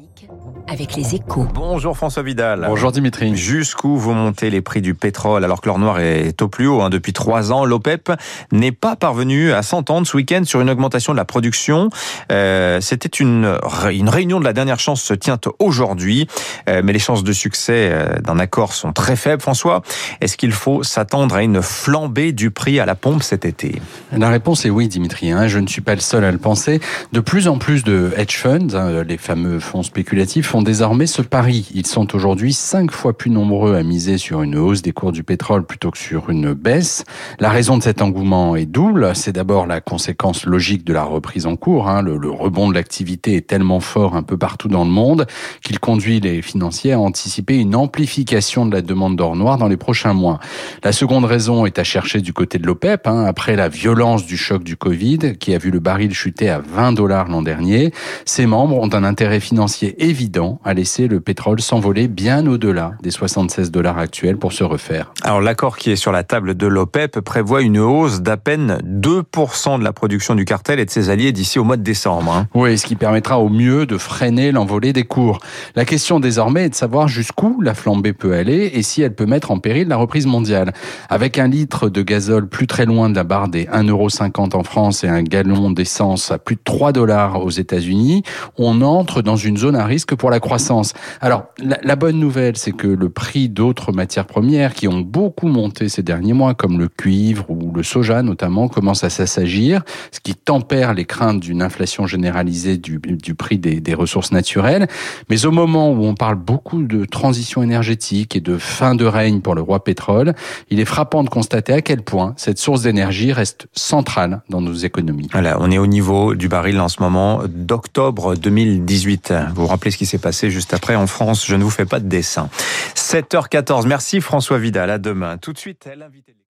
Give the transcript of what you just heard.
avec les Échos. Bonjour François Vidal. Bonjour Dimitri. Jusqu'où vous montez les prix du pétrole alors que l'or noir est au plus haut depuis 3 ans? L'OPEP n'est pas parvenu à s'entendre ce week-end sur une augmentation de la production. C'était une réunion de la dernière chance se tient aujourd'hui, mais les chances de succès d'un accord sont très faibles. François, est-ce qu'il faut s'attendre à une flambée du prix à la pompe cet été? La réponse est oui Dimitri, je ne suis pas le seul à le penser. De plus en plus de hedge funds, les fameux fonds spéculatifs, font désormais ce pari. Ils sont aujourd'hui 5 fois plus nombreux à miser sur une hausse des cours du pétrole plutôt que sur une baisse. La raison de cet engouement est double. C'est d'abord la conséquence logique de la reprise en cours. Le rebond de l'activité est tellement fort un peu partout dans le monde qu'il conduit les financiers à anticiper une amplification de la demande d'or noir dans les prochains mois. La seconde raison est à chercher du côté de l'OPEP, après la violence du choc du Covid qui a vu le baril chuter à $20 l'an dernier. Ses membres ont un intérêt financier évident à laisser le pétrole s'envoler bien au-delà des $76 actuels pour se refaire. Alors l'accord qui est sur la table de l'OPEP prévoit une hausse d'à peine 2% de la production du cartel et de ses alliés d'ici au mois de décembre. Oui, ce qui permettra au mieux de freiner l'envolée des cours. La question désormais est de savoir jusqu'où la flambée peut aller et si elle peut mettre en péril la reprise mondiale. Avec un litre de gazole plus très loin de la barre des 1,50 € en France et un gallon d'essence à plus de $3 aux États-Unis, on entre dans une zone à risque pour la croissance. Alors, la bonne nouvelle, c'est que le prix d'autres matières premières qui ont beaucoup monté ces derniers mois, comme le cuivre ou le soja notamment, commence à s'assagir, ce qui tempère les craintes d'une inflation généralisée du prix des ressources naturelles. Mais au moment où on parle beaucoup de transition énergétique et de fin de règne pour le roi pétrole, il est frappant de constater à quel point cette source d'énergie reste centrale dans nos économies. Voilà, on est au niveau du baril en ce moment d'octobre 2018. Vous vous rappelez ce qui s'est passé juste après en France? Je ne vous fais pas de dessin. 7h14. Merci François Vidal. À demain. Tout de suite, l'invité.